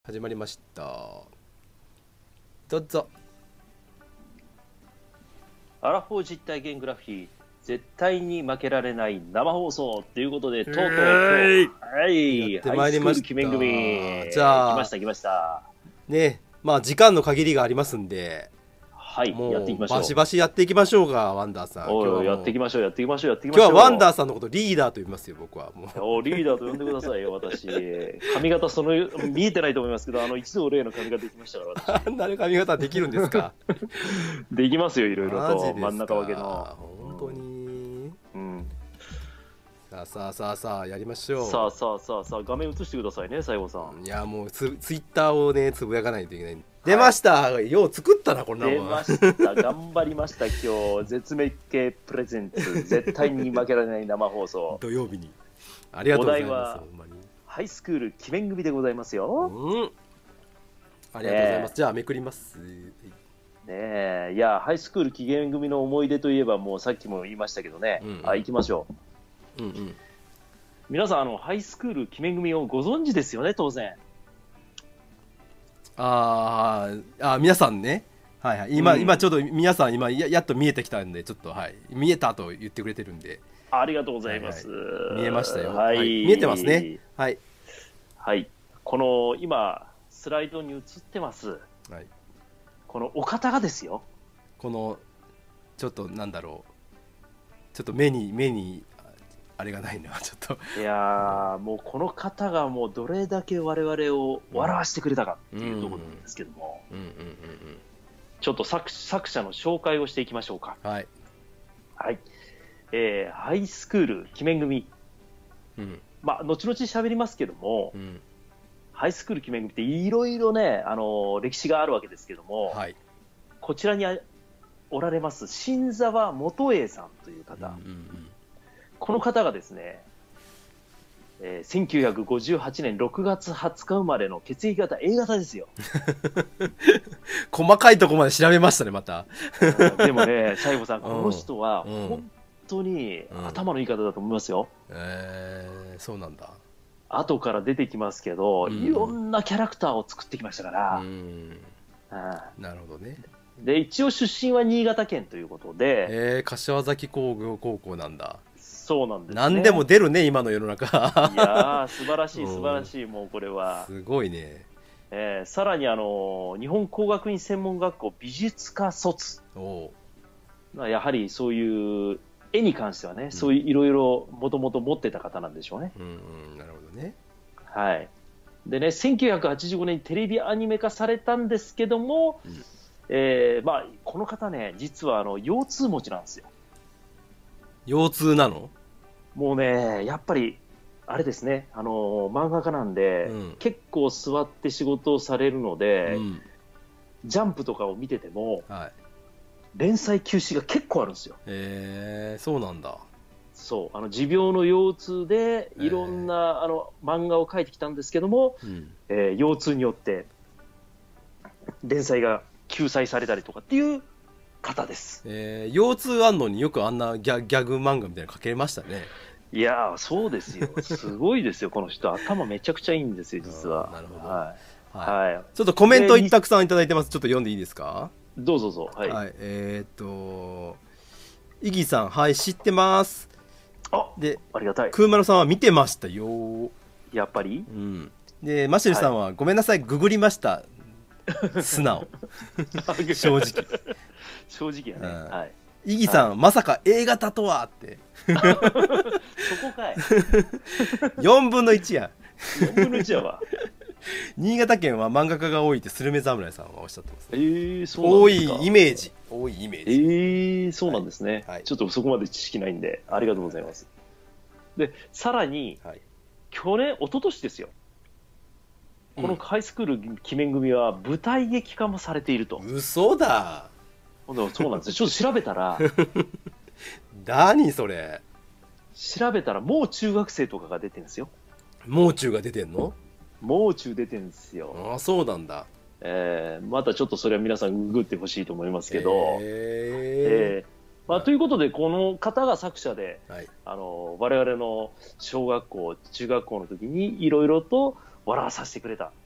始まりました。どうぞ。 アラフォー実体験グラフィー絶対に負けられない生放送ということで、とうとう今日、はい、 やってまいりました。 ハイスクール記念組、 じゃあ来ました来ました。 ね、まあ時間の限りがありますんで、 はい、 もうやっていきましょう。 バシバシやっていきましょうか、ワンダーさん。 おい、やっていきましょう、やっていきましょう、やっていきま今日しょう。 はワンダーさんのことリーダーと呼びますよ、僕は。もうおリーダーと呼んでくださいよ、私。髪型見えてないと思いますけど、一度例の髪型できましたから、私。 あんな髪型できるんですか？ できますよ、いろいろと。 マジですか？ 真ん中分けの。 本当に。 うん。 さあ、やりましょう。 さあ、画面映してくださいね、西郷さん。 いや、もうツイッターをね、つぶやかないといけない。出ました、よう作ったな、こんなもん。 出ました、頑張りました、今日。絶滅系プレゼンツ、絶対に負けられない生放送。 土曜日に。ありがとうございます。 お題はハイスクール記念組でございますよ。 ありがとうございます。じゃあめくります。 ねえ、いや、ハイスクール記念組の思い出といえば、もうさっきも言いましたけどね。行きましょう。皆さん、ハイスクール記念組をご存知ですよね、当然。 皆さんね。はいはい。今ちょうど皆さんやっと見えてきたんで、ちょっとはい。見えたと言ってくれてるんで。 ありがとうございます。 見えましたよ。 はい。 見えてますね。はい。 はい。この今スライドに映ってます。はい。このお方がですよ。 このちょっとなんだろう。ちょっと目にあれがないな、ちょっと。 いやもうこの方がもうどれだけ我々を笑わせてくれたかっていうところなんですけども、ちょっと作者の紹介をしていきましょうか。 はい。 はい。ハイスクール記念組。まあ、後々喋りますけども、ハイスクール記念組っていろいろね、歴史があるわけですけども、はい、こちらにおられます新沢元栄さんという方、この方がですね、1958年6月20日生まれの血液型 A 型ですよ。 細かいところまで調べましたね、また。 でもね、西郷さん、この人は本当に頭のいい方だと思いますよ。 そうなんだ。 後から出てきますけど、いろんなキャラクターを作ってきましたから。 なるほどね。 で、一応出身は新潟県ということで。 柏崎工業高校なんだ。 そうなんですね。 何でも出るね、今の世の中。 いやー、素晴らしい、もうこれは。 すごいね。 さらに日本工学院専門学校美術科卒。やはりそういう絵に関してはね、そういういろいろもともと持ってた方なんでしょうね。 なるほどね。 はい。でね、1985年にテレビアニメ化されたんですけども、まあ、この方ね、実は腰痛持ちなんですよ。 腰痛なの？ もうね、やっぱり、あれですね、漫画家なんで、結構座って仕事をされるので、ジャンプとかを見てても、連載休止が結構あるんですよ。 そうなんだ。 そう、持病の腰痛でいろんな漫画を描いてきたんですけども、腰痛によって連載が休載されたりとかっていう方です。 腰痛あんのによくあんなギャグ漫画みたいなの描けましたね。 いやー、そうですよ。すごいですよ、この人。頭めちゃくちゃいいんですよ、実は。 なるほど。 はい。 ちょっとコメントたくさんいただいてます。ちょっと読んでいいですか？ どうぞ。はい。 イギさん、はい、知ってます。 で、ありがたい。 クーマルさんは見てましたよ。 やっぱり？ で、マシュルさんは、ごめんなさい、ググりました。素直。正直。 正直やね。はい。 イギさん、まさか A 型とはって。 そこかい。 4分の1や。 4分の1やわ。 新潟県は漫画家が多いってスルメ侍さんはおっしゃってます。 そうなんですか。多いイメージ。そうなんですね。ちょっとそこまで知識ないんで、ありがとうございます。で、さらに、一昨年ですよ。このハイスクール記念組は舞台劇化もされていると。 嘘だ。 そうなんですよ。ちょっと調べたら。 何それ。 調べたら、もう中学生とかが出てるんですよ。 もう中が出てんの？ もう中出てるんですよ。 ああ、そうなんだ。 またちょっとそれは皆さんググってほしいと思いますけど。まあ、ということで、この方が作者で、我々の小学校、中学校の時にいろいろと笑わさせてくれた。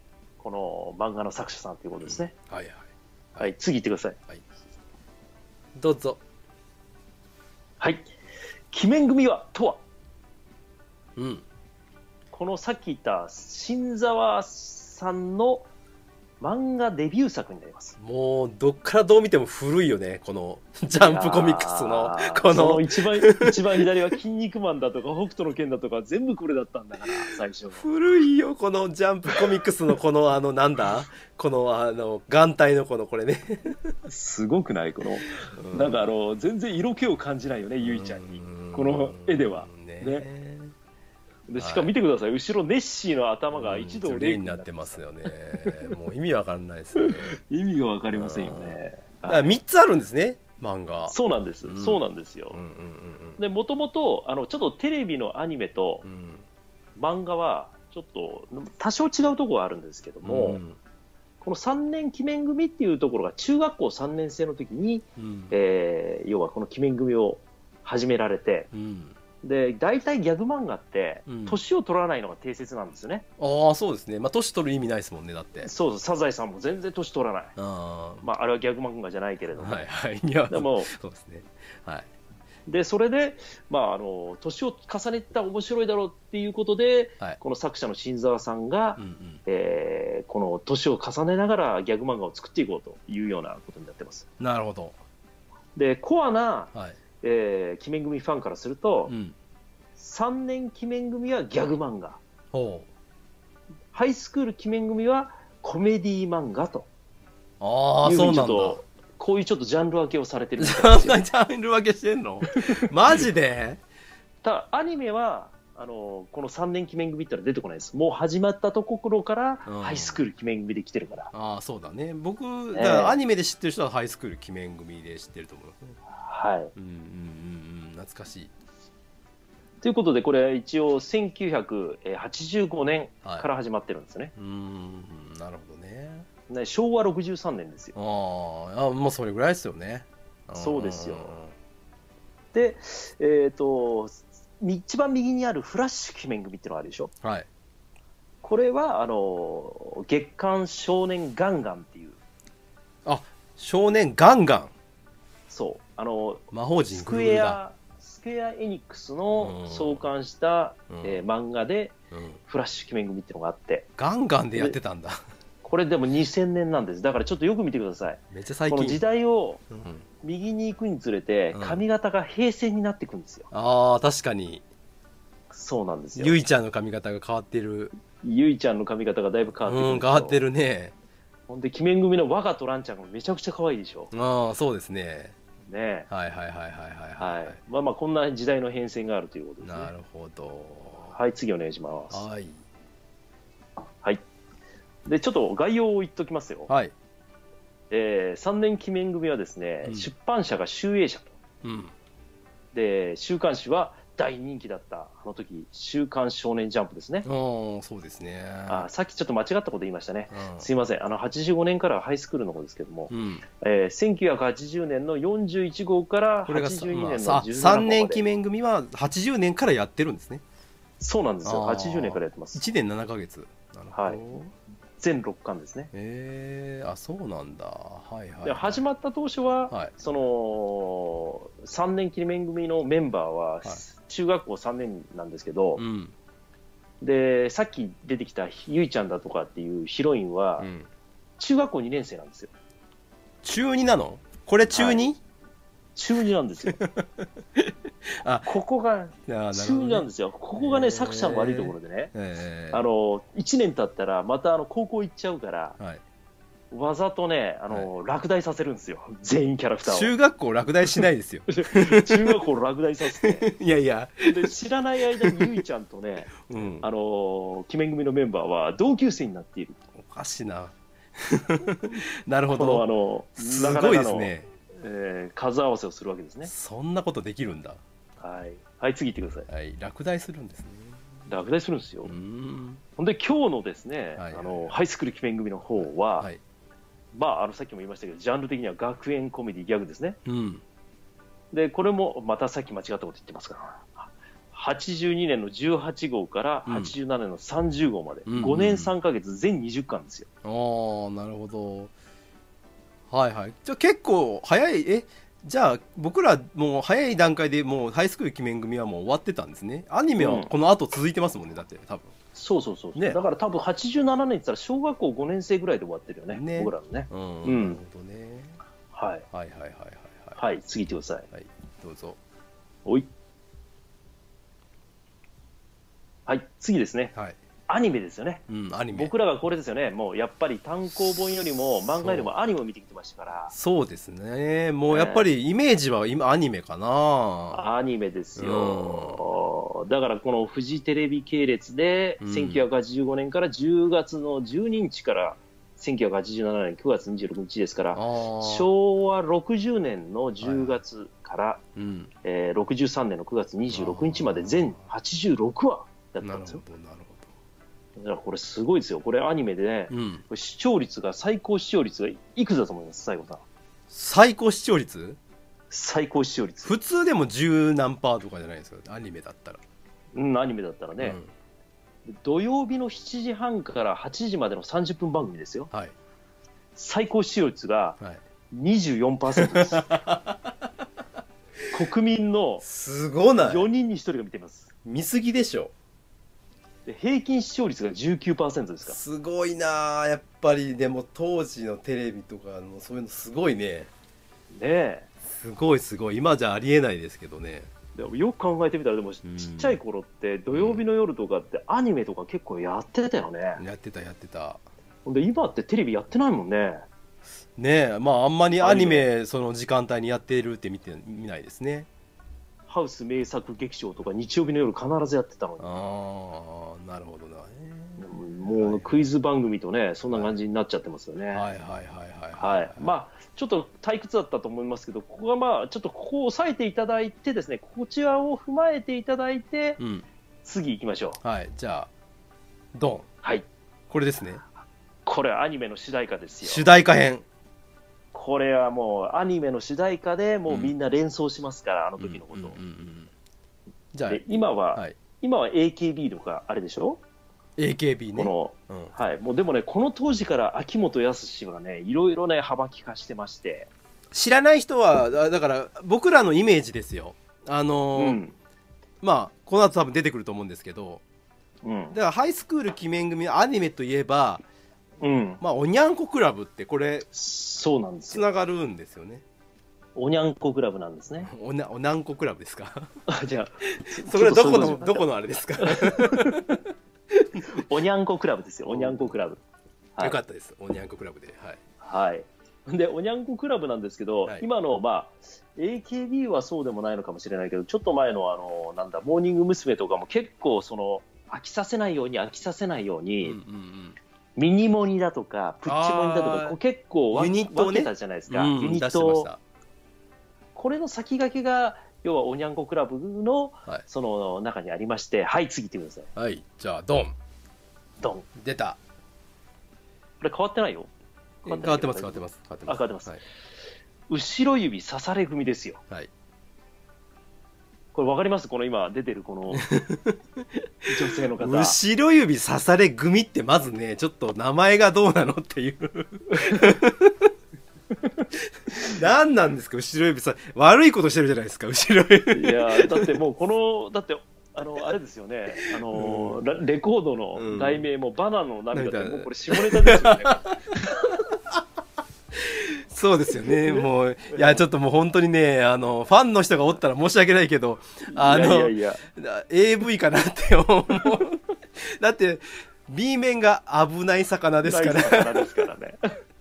この漫画の作者さんということですね。 はいはい。 はい、次行ってください。 はい。どうぞ。 はい。鬼面組はとは、 うん。 このさっき言った新沢さんの漫画デビュー作になります。 もうどっからどう見ても古いよね、このジャンプコミックスのこの一番左は筋肉マンだとか北斗の拳だとか全部これだったんだから最初。 古いよ、このジャンプコミックスのこのなんだこの眼帯のこれねすごくないこの、なんか全然色気を感じないよね、ゆいちゃんにこの絵ではね。でしかも見てください、後ろネッシーの頭が一度 0になってますよね。もう意味わかんないですよね。 意味がわかりませんよね。 3つあるんですね、漫画。 そうなんです、そうなんですよ。でもともとちょっとテレビのアニメと漫画はちょっと多少違うところがあるんですけども、この3年鬼面組っていうところが中学校3年生の時に、要はこの鬼面組を始められて、で大体ギャグ漫画って年を取らないのが定説なんですよね。 ああ、そうですね。まあ年取る意味ないですもんね、だって。 そうそう、サザエさんも全然年取らない。あれはギャグ漫画じゃないけれども、 はいはい、いや、 でもそうですね。はい。 でそれで年を重ねたら面白いだろうっていうことで、この作者の新沢さんが、この年を重ねながらギャグ漫画を作っていこうというようなことになってます。 なるほど。 でコアな鬼面組ファンからすると、3年鬼面組はギャグ漫画、ハイスクール鬼面組はコメディ漫画というふうにちょっとこういうちょっとジャンル分けをされてるみたいですよ。 ジャンル分けしてんのマジで。 ただアニメはこの3年鬼面組ってのは出てこないです。もう始まったところからハイスクール鬼面組で来てるから。 ああ、そうだね。僕だからアニメで知ってる人はハイスクール鬼面組で知ってると思いますね。 はい。 懐かしい。 ということでこれ一応1985年から始まってるんですね。 なるほどね。 昭和63年ですよ。 もうそれぐらいですよね。 そうですよ。で、一番右にあるフラッシュ鬼面組っていうのがあるでしょ。 はい。 これは月刊少年ガンガンっていう。 あ、少年ガンガン。 そう。 魔法陣スクエアエニックスの創刊した、漫画で、フラッシュ鬼面組っていうのがあって、 ガンガンでやってたんだ。 これでも2000年なんです。だからちょっとよく見てください。 めっちゃ最近。 この時代を右に行くにつれて髪型が平成になっていくんですよ。 ああ、確かに。 そうなんですよ。 ゆいちゃんの髪型が変わってる。 ゆいちゃんの髪型がだいぶ変わってるんですよ。 変わってるね。 ほんで鬼面組の我がとランちゃんがめちゃくちゃ可愛いでしょ。 ああ、そうですね。 ね。 はいはいはいはいはい。 まあこんな時代の変遷があるということですね。 なるほど。 はい、次お願いします。 はい。 はい。でちょっと概要を言っておきますよ。 はい。 3年鬼面組はですね、出版社が集英社と。で週刊誌は大人気だったあの時週刊少年ジャンプですね。 そうですね。 さっきちょっと間違ったこと言いましたね。すいません。85年からはハイスクールの方ですけども、1980年の41号から82年の17号まで。 3年鬼面組は80年からやってるんですね。 そうなんですよ。80年からやってます。 1年7ヶ月。なるほど。はい。 全6巻ですね。 そうなんだ。はいはい。 で始まった当初は、その3年鬼面組のメンバーは中学校3年なんですけど、でさっき出てきたゆいちゃんだとかっていうヒロインは中学校2年生なんですよ。 中2なの？これ中 2？ 中2なんですよ。ここが中2なんですよ。ここがね作者の悪いところでね、1年経ったらまた高校行っちゃうから、わざとね落第させるんですよ、全員キャラクターを。 中学校落第しないですよ。 中学校落第させていやいやで知らない間にゆいちゃんとね鬼面組のメンバーは同級生になっている。 おかしいな。なるほど。すごいですね。 数合わせをするわけですね。 そんなことできるんだ。 はい、次行ってください。 はい、落第するんですね。 落第するんですよ。ほんで今日のですね、ハイスクール鬼面組の方は、さっきも言いましたけどジャンル的には学園コメディギャグですね。でこれもまたさっき間違ったこと言ってますから、 82年の18号から87年の30号まで、5年3ヶ月全20巻ですよ。 ああ、なるほど。はいはい。じゃあ結構早い、じゃあ僕らもう早い段階でもうハイスクール鬼面組はもう終わってたんですね。アニメはこの後続いてますもんね、だって多分。 そうそうそう、ね、だから多分87年って言ったら小学校5年生ぐらいで終わってるよね、僕らのね。 なるほどね。 はいはいはいはいはい。次行ってください。 はい、どうぞ。 おい。はい、次ですね。 はい。 アニメですよね。 アニメ。 僕らがこれですよね。もうやっぱり単行本よりも漫画よりもアニメを見てきてましたから。 そうですね。もうやっぱりイメージは今アニメかな。 アニメですよ。だからこのフジテレビ系列で1985年から10月の12日から1987年9月26日ですから、昭和60年の10月から63年の9月26日まで全86話だったんですよ。なるほどなるほど。だからこれすごいですよ。これアニメで、ね、視聴率が最高視聴率がいくつだと思います、西郷さん。 最高視聴率？ 最高視聴率。 普通でも10何パーとかじゃないですか、アニメだったら。 アニメだったらね。土曜日の7時半から8時までの30分番組ですよ。はい、最高視聴率が 24% です。国民の4人に1人が見てます。 見すぎでしょ。 で平均視聴率が 19% ですか。 すごいな。やっぱりでも当時のテレビとかのそういうのすごいね。ねえ。すごいすごい。今じゃありえないですけどね。 でもよく考えてみたら、でもちっちゃい頃って土曜日の夜とかってアニメとか結構やってたよね。 やってたやってた。 ほんで今ってテレビやってないもんね。 ねえ、まああんまりアニメその時間帯にやってるって見ないですね。 ハウス名作劇場とか日曜日の夜必ずやってたのに。 ああ、なるほどな。 もうクイズ番組とね、そんな感じになっちゃってますよね。はいはいはいはいはい。 まあちょっと退屈だったと思いますけど、ここがまあちょっとここを押さえていただいてですね、こちらを踏まえていただいて、次行きましょう。 はい、じゃあドン。 はい。 これですね。 これはアニメの主題歌ですよ。 主題歌編。 これはもうアニメの主題歌でもうみんな連想しますから、あの時のことを。じゃあ今は AKB とかあれでしょ。 AKB ね。 はい、もうでもね、この当時から秋元康はね、いろいろね幅利かしてまして、 知らない人はだから僕らのイメージですよ。まあこの後多分出てくると思うんですけど、だからハイスクール鬼面組アニメといえば、まあおにゃんこクラブってこれそうなんですよ。 つながるんですよね。 おにゃんこクラブなんですね。 おなんこクラブですか。 じゃあそれはどこのあれですか。 おにゃんこクラブですよ。おにゃんこクラブ。 よかったです。おにゃんこクラブで。 はい。でおにゃんこクラブなんですけど、今のまあ AKB はそうでもないのかもしれないけど、ちょっと前のなんだモーニング娘。とかも結構その飽きさせないように、ミニモニだとかプッチモニだとか結構分けたじゃないですか。ユニット。これの先駆けが要はおにゃんこクラブのその中にありまして、はい次行ってください。 はい、じゃあドン出た。 これ変わってないよ。 変わってます。 後ろ指刺され組ですよ。はい。これ分かります？この今出てるこの女性の方。 後ろ指刺され組ってまずね、ちょっと名前がどうなのっていう。何なんですか後ろ指悪いことしてるじゃないですか後ろ指。 いやだってもうこのだってあれですよね、レコードの題名もバナナの涙ってもうこれ下ネタですよね。 そうですよね。もういやちょっともう本当にねファンの人がおったら申し訳ないけどAV かなって思う。だって B 面が危ない魚ですからね。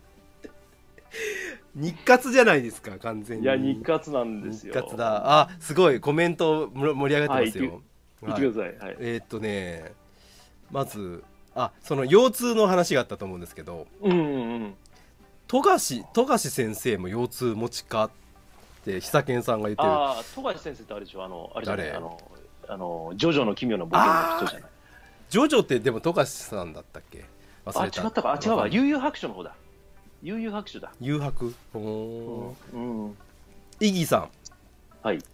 日活じゃないですか完全に。 いや日活なんですよ。 日活だ。あすごいコメント盛り上がってますよ。 言ってください。 ねまずその腰痛の話があったと思うんですけど、富樫先生も腰痛持ちかって久健さんが言ってる。 富樫先生ってあれでしょ、あれじゃない、ジョジョの奇妙な冒険の人じゃない。 ジョジョってでも富樫さんだったっけ。 忘れた。違ったか。違うわ。悠々白書の方だ。悠々白書だ。 悠白。イギさん。 はい。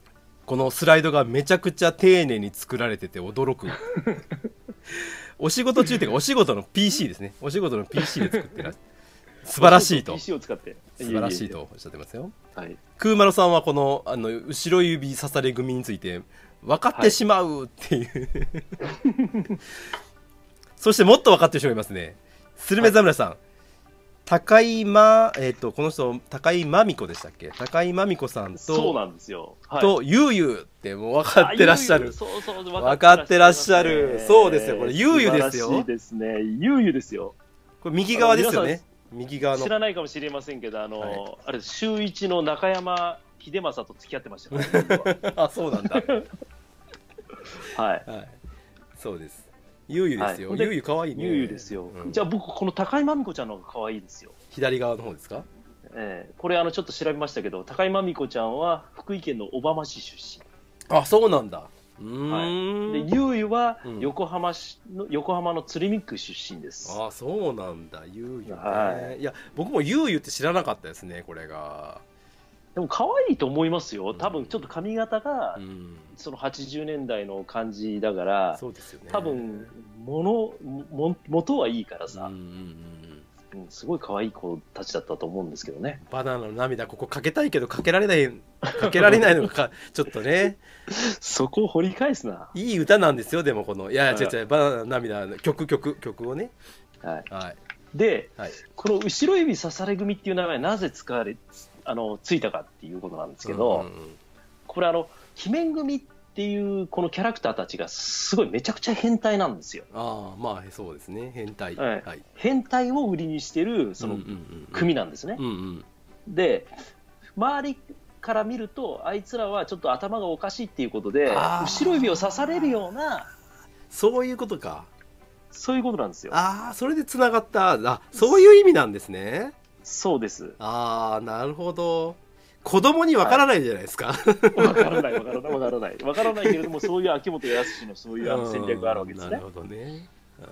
このスライドがめちゃくちゃ丁寧に作られてて驚くお仕事中っていうかお仕事の PC ですね。お仕事の PC で作ってらっしゃる素晴らしいと PC を使って素晴らしいとおっしゃってますよ。 はい、 クーマロさんはこの後ろ指刺され組について分かってしまうっていう、はい、そしてもっと分かってる人がいますね。スルメ侍さん、はい、高井この人高井真美子でしたっけ。高井真美子さんとそうなんですよ、はい、 とゆうゆうってもう分かってらっしゃる。 そうそう分かってらっしゃる。そうですよ、これゆうゆうですよ。 素晴らしいですね、ゆうゆうですよ。 これ右側ですよね。右側の知らないかもしれませんけど、はい、あれ週一の中山秀正と付き合ってましたから、ね、 あ、そうなんだはい、 はい、そうです。ゆうゆうですよ、はい、ゆうゆうかわいいね。 ゆうゆうですよ、うん、じゃあ僕この高井真美子ちゃんの方がかわいいですよ。 左側の方ですか。 これちょっと調べましたけど、高井真美子ちゃんは福井県の小浜市出身。 あ、そうなんだ。 はい、でゆうゆは横浜の鶴見区出身です。 あ、そうなんだ、ゆうゆね、 はい、 いや僕もゆうゆって知らなかったですね、これが。 でも可愛いと思いますよ。多分ちょっと髪型が、その80年代の感じだから、 そうですよね、 多分元はいいからさ、すごい可愛い子たちだったと思うんですけどね。 バナナの涙ここかけたいけどかけられないのかちょっとねそこを掘り返すな。 いい歌なんですよ。でもこのいや違うバナナの涙の曲をね、 はい、はい、で、はい、この後ろ指刺され組っていう名前なぜついたかっていうことなんですけど、これ鬼面組っていうこのキャラクターたちがすごいめちゃくちゃ変態なんですよ。 ああ、まあそうですね、変態、 はいはい、変態を売りにしてるその組なんですね。で周りから見るとあいつらはちょっと頭がおかしいっていうことで後ろ指を刺されるような、 そういうことか。 そういうことなんですよ。 ああ、それでつながった。あ、そういう意味なんですね。 そうです。 ああ、なるほど。子供にわからないじゃないですか。 わからないけれども、そういう秋元康のそういう戦略があるわけですね。 なるほどね。 はい、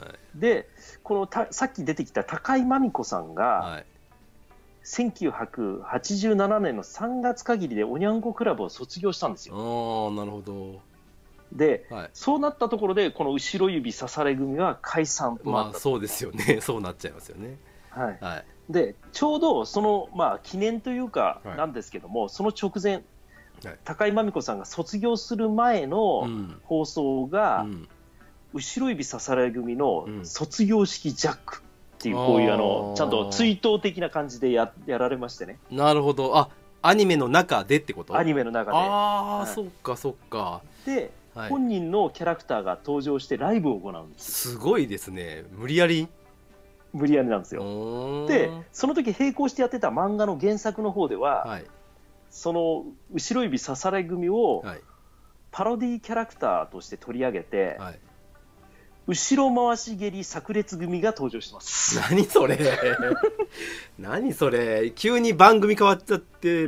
でこのさっき出てきた高井真美子さんが、はい、1987年の3月限りでおにゃんこクラブを卒業したんですよ。 ああ、なるほど。 で、はい、そうなったところでこの後ろ指刺され組は解散となった。 まあそうですよね。そうなっちゃいますよね。 はい、はい、でちょうどその、記念というかなんですけども、はい、その直前、はい、高井真美子さんが卒業する前の放送が、後ろ指刺され組の卒業式ジャックっていう、こういうちゃんと追悼的な感じで やられましてね。 なるほど。あ、アニメの中でってこと？ アニメの中で。 ああ、はい、そっかそっか。 で、はい、本人のキャラクターが登場してライブを行うんです。 すごいですね。無理やりなんですよ。でその時並行してやってた漫画の原作の方では、はい、その後ろ指刺され組をパロディキャラクターとして取り上げて、はい、後ろ回し蹴り炸裂組が登場してます。 何それ何それ、急に番組変わっちゃって、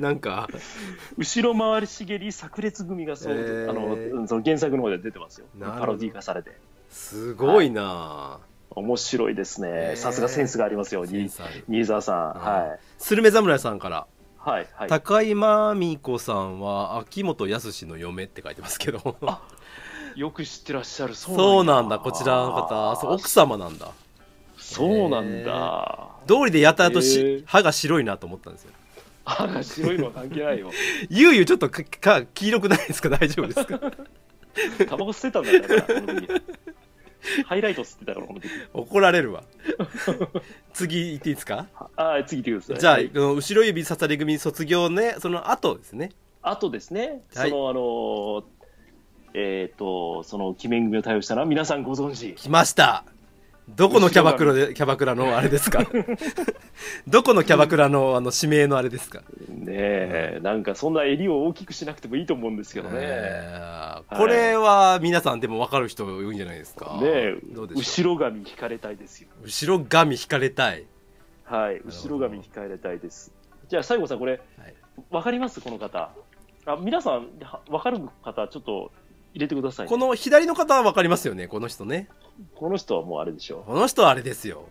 なんか後ろ回し蹴り炸裂組がその原作の方で出てますよ。パロディ化されてすごいな、はい、 面白いですね。さすがセンスがありますよ、新沢さん。はい、 スルメ侍さんから、 はいはい、 高井真美子さんは秋元康の嫁って書いてますけどあ、よく知ってらっしゃる。 そうなんだ、こちらの方、そう、奥様なんだ。 そうなんだ。 通りでやたらと歯が白いなと思ったんですよ。 歯が白いのは関係ないよ。 ゆうゆうちょっと黄色くないですか？大丈夫ですか？ タバコ吸ってたんだからこの時。ハイライト吸ってたからこの時。 怒られるわ。次行っていいですか？ 次行ってください。 じゃあ、はい、後ろ指刺され組卒業ね、その後ですね。 後ですね。 はい、 そのその鬼面組を対応したのは皆さんご存知。 来ました。どこのキャバクラのあれですか？どこのキャバクラの指名のあれですか？ ねえ、なんかそんな襟を大きくしなくてもいいと思うんですけどね。 これは皆さんでも分かる人多いんじゃないですか？ ねえ、後ろ髪引かれたいですよ。 後ろ髪引かれたい。 はい、後ろ髪引かれたいです。じゃあ西郷さん、これ、はい、分かりますこの方？皆さん分かる方ちょっと入れてください、ね。 この左の方は分かりますよね、この人ね。 この人はもうあれでしょう。 この人はあれですよ。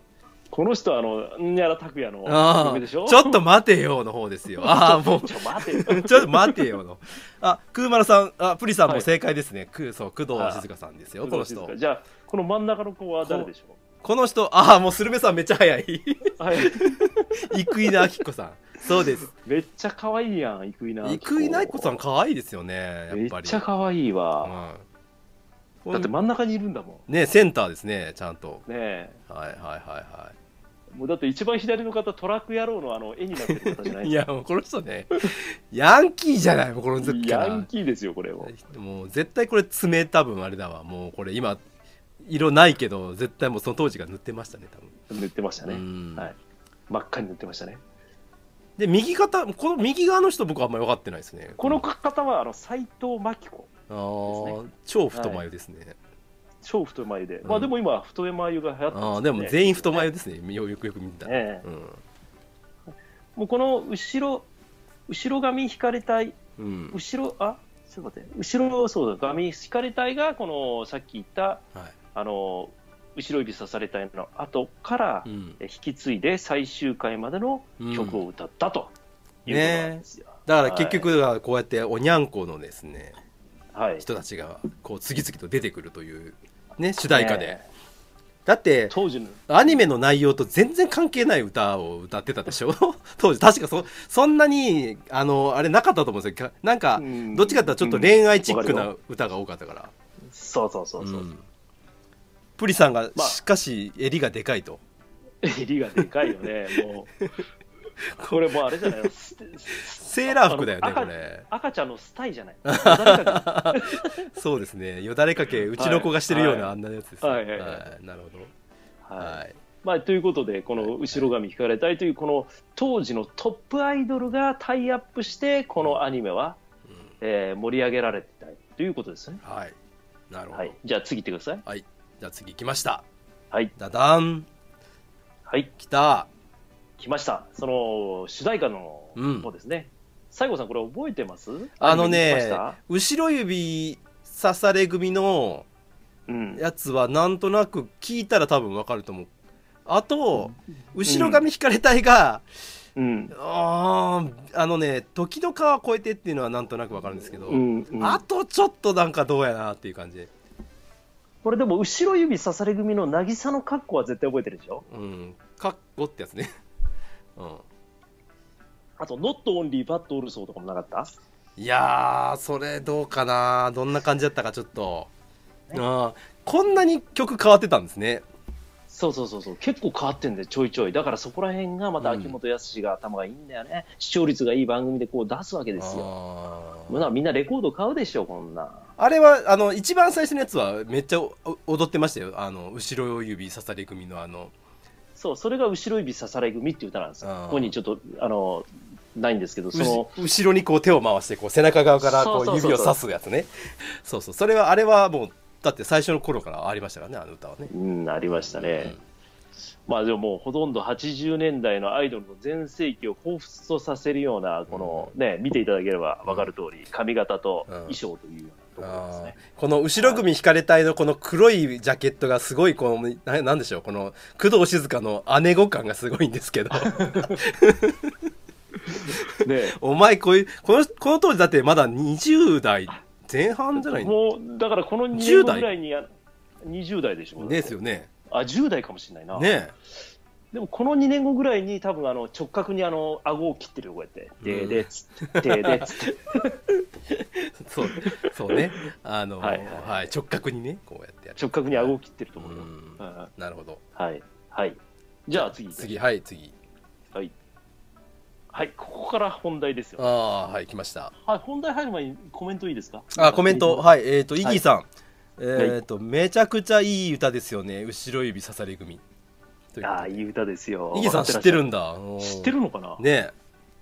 この人はんやら拓也の嫁でしょ。 ちょっと待てよの方ですよ。もうちょっと待てよちょっと待てよの。クーマラさん、プリさんも正解ですね。そう、工藤静香さんですよ、この人。 じゃあこの真ん中の子は誰でしょう。 この人、もうスルメさんめっちゃ早い。生稲晃子さん。そうです。 めっちゃ可愛いやん、生稲晃子さん可愛いですよね、やっぱり。 めっちゃ可愛いわ。だって真ん中にいるんだもん。ね、センターですね、ちゃんと。 ね。 はい。 もうだって一番左の方、トラック野郎の絵になってる方じゃないですか。 いや、もうこの人ね、ヤンキーじゃない、もうこの時から。 ヤンキーですよ、これも。 もう絶対これ爪多分あれだわ。もうこれ今、色ないけど、絶対もうその当時が塗ってましたね、多分。 塗ってましたね。はい。真っ赤に塗ってましたね。 で、この右側の人僕はあんまり分かってないですね。 この方は斎藤真希子ですね。 超太眉ですね。 超太眉で。まあでも今、太眉が流行ってますね。 でも全員太眉ですね。よく見た。 もうこの後ろ髪引かれたい、後ろ髪引かれたいが、このさっき言った、後ろ指刺されたいの後から引き継いで最終回までの曲を歌ったということなんですよ。 だから結局はこうやっておにゃんこのですね、人たちがこう次々と出てくるというね、主題歌で。だって当時のアニメの内容と全然関係ない歌を歌ってたでしょ。当時確かそんなにあれなかったと思うんですよ。なんかどっちかっていうとちょっと恋愛チックな歌が多かったから。 そう。 プリさんがしかし襟がでかいと。 襟がでかいよね。もうこれもうあれじゃないの。 セーラー服だよね、これ。 赤ちゃんのスタイじゃない。 そうですね。よだれかけ、うちの子がしてるようなあんなやつです。なるほど。はい。まあということで、この後ろ髪引かれたいというこの当時のトップアイドルがタイアップしてこのアニメは盛り上げられてたいということですね。 はい。なるほど。 じゃあ次行ってください。 はい。じゃあ次来ました。 はい。 ダダン。 はい。 来ました。その主題歌の方ですね。西郷さんこれ覚えてます？ 後ろ指刺され組のやつはなんとなく聞いたら多分わかると思う。あと、後ろ髪引かれたいが、時の川越えてっていうのはなんとなくわかるんですけど、あとちょっとなんかどうやなっていう感じで。 これでも後ろ指刺され組の渚のカッコは絶対覚えてるでしょ。 カッコってやつね。 あと Not Only But Also とかもなかった？ いやー、それどうかな。どんな感じだったかちょっと、こんなに曲変わってたんですね。 そう結構変わってんでちょいちょい。だからそこら辺がまた秋元康が頭がいいんだよね。視聴率がいい番組でこう出すわけですよ。みんなレコード買うでしょ、こんな。 あれは一番最初のやつはめっちゃ踊ってましたよ。後ろ指刺され組のそう、それが後ろ指刺され組っていう歌なんですよ。ここにちょっとないんですけど、その後ろにこう手を回してこう背中側からこう指を刺すやつね。そうそれはあれはもうだって最初の頃からありましたからね、あの歌はね。 ありましたね。まあでももうほとんど80年代のアイドルの全盛期を彷彿とさせるようなこのね、見ていただければ分かる通り髪型と衣装というようなところですね。 この後ろ組引かれたいのこの黒いジャケットがすごいこのなんでしょう、この工藤静香の姉御感がすごいんですけど。ね、お前この当時だってまだ20代前半じゃないの？ もうだからこの2年後ぐらいに20代でしょ。 ですよね。 10代かもしれないな。 ね。 でもこの2年後ぐらいに多分直角に顎を切ってるよ、こうやってででつってでつってそうね、直角にねこうやってやる。 直角に顎を切ってると思う。 なるほど。 じゃあ次はい 、ここから本題ですよ。 来ました。 本題入る前にコメントいいですか？ コメント、イギーさん、めちゃくちゃいい歌ですよね、後ろ指刺され組。 いい歌ですよ。 イギーさん知ってるんだ。 知ってるのかなね。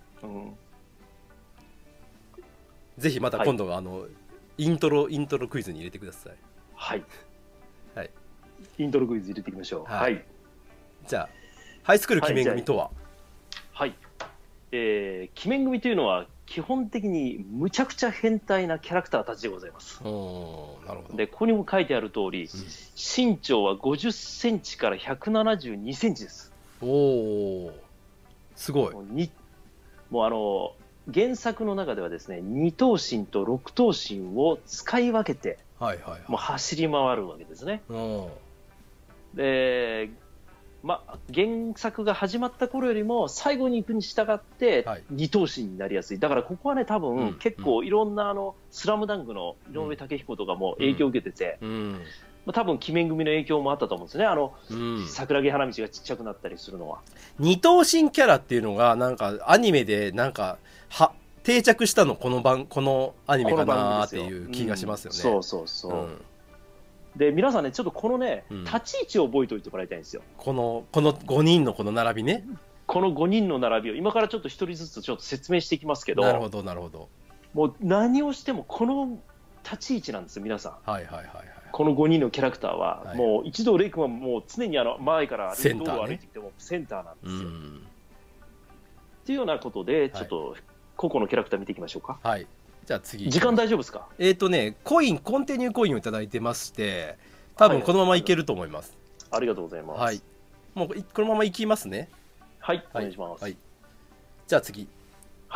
ぜひまた今度はイントロクイズに入れてください。はいイントロクイズ入れていきましょう。 じゃあハイスクール鬼面組とは？ 鬼面組というのは基本的にむちゃくちゃ変態なキャラクターたちでございます。 なるほど。 でここにも書いてある通り、身長は50センチから172センチです。 おお、すごい。 もう原作の中ではですね、2頭身と6頭身を使い分けて、もう走り回るわけですね。で、原作が始まった頃よりも最後に行くに従って2頭身になりやすい。だからここはね、多分結構いろんなスラムダンクの井上武彦とかも影響を受けてて、多分鬼面組の影響もあったと思うんですね。桜木花道がちっちゃくなったりするのは。 二頭身キャラっていうのがなんかアニメでなんか定着したのこのアニメかなっていう気がしますよね。 そうそうそう。で皆さんね、ちょっとこのね、立ち位置を覚えておいてもらいたいんですよ。 この5人のこの並びね。 この5人の並びを今からちょっと1人ずつちょっと説明していきますけど。 なるほどなるほど。 もう何をしてもこの立ち位置なんですよ、皆さん。この5人のキャラクターは、もう一度レイ君はもう常に前から道路を歩いてきてもセンターなんですよ。っていうようなことで、ちょっと個々のキャラクター見ていきましょうか。 はい。じゃあ次。 時間大丈夫ですか？ コンティニューコインをいただいてまして、多分このままいけると思います。 ありがとうございます。 はい。もうこのままいきますね。 はい、お願いします。 じゃあ次。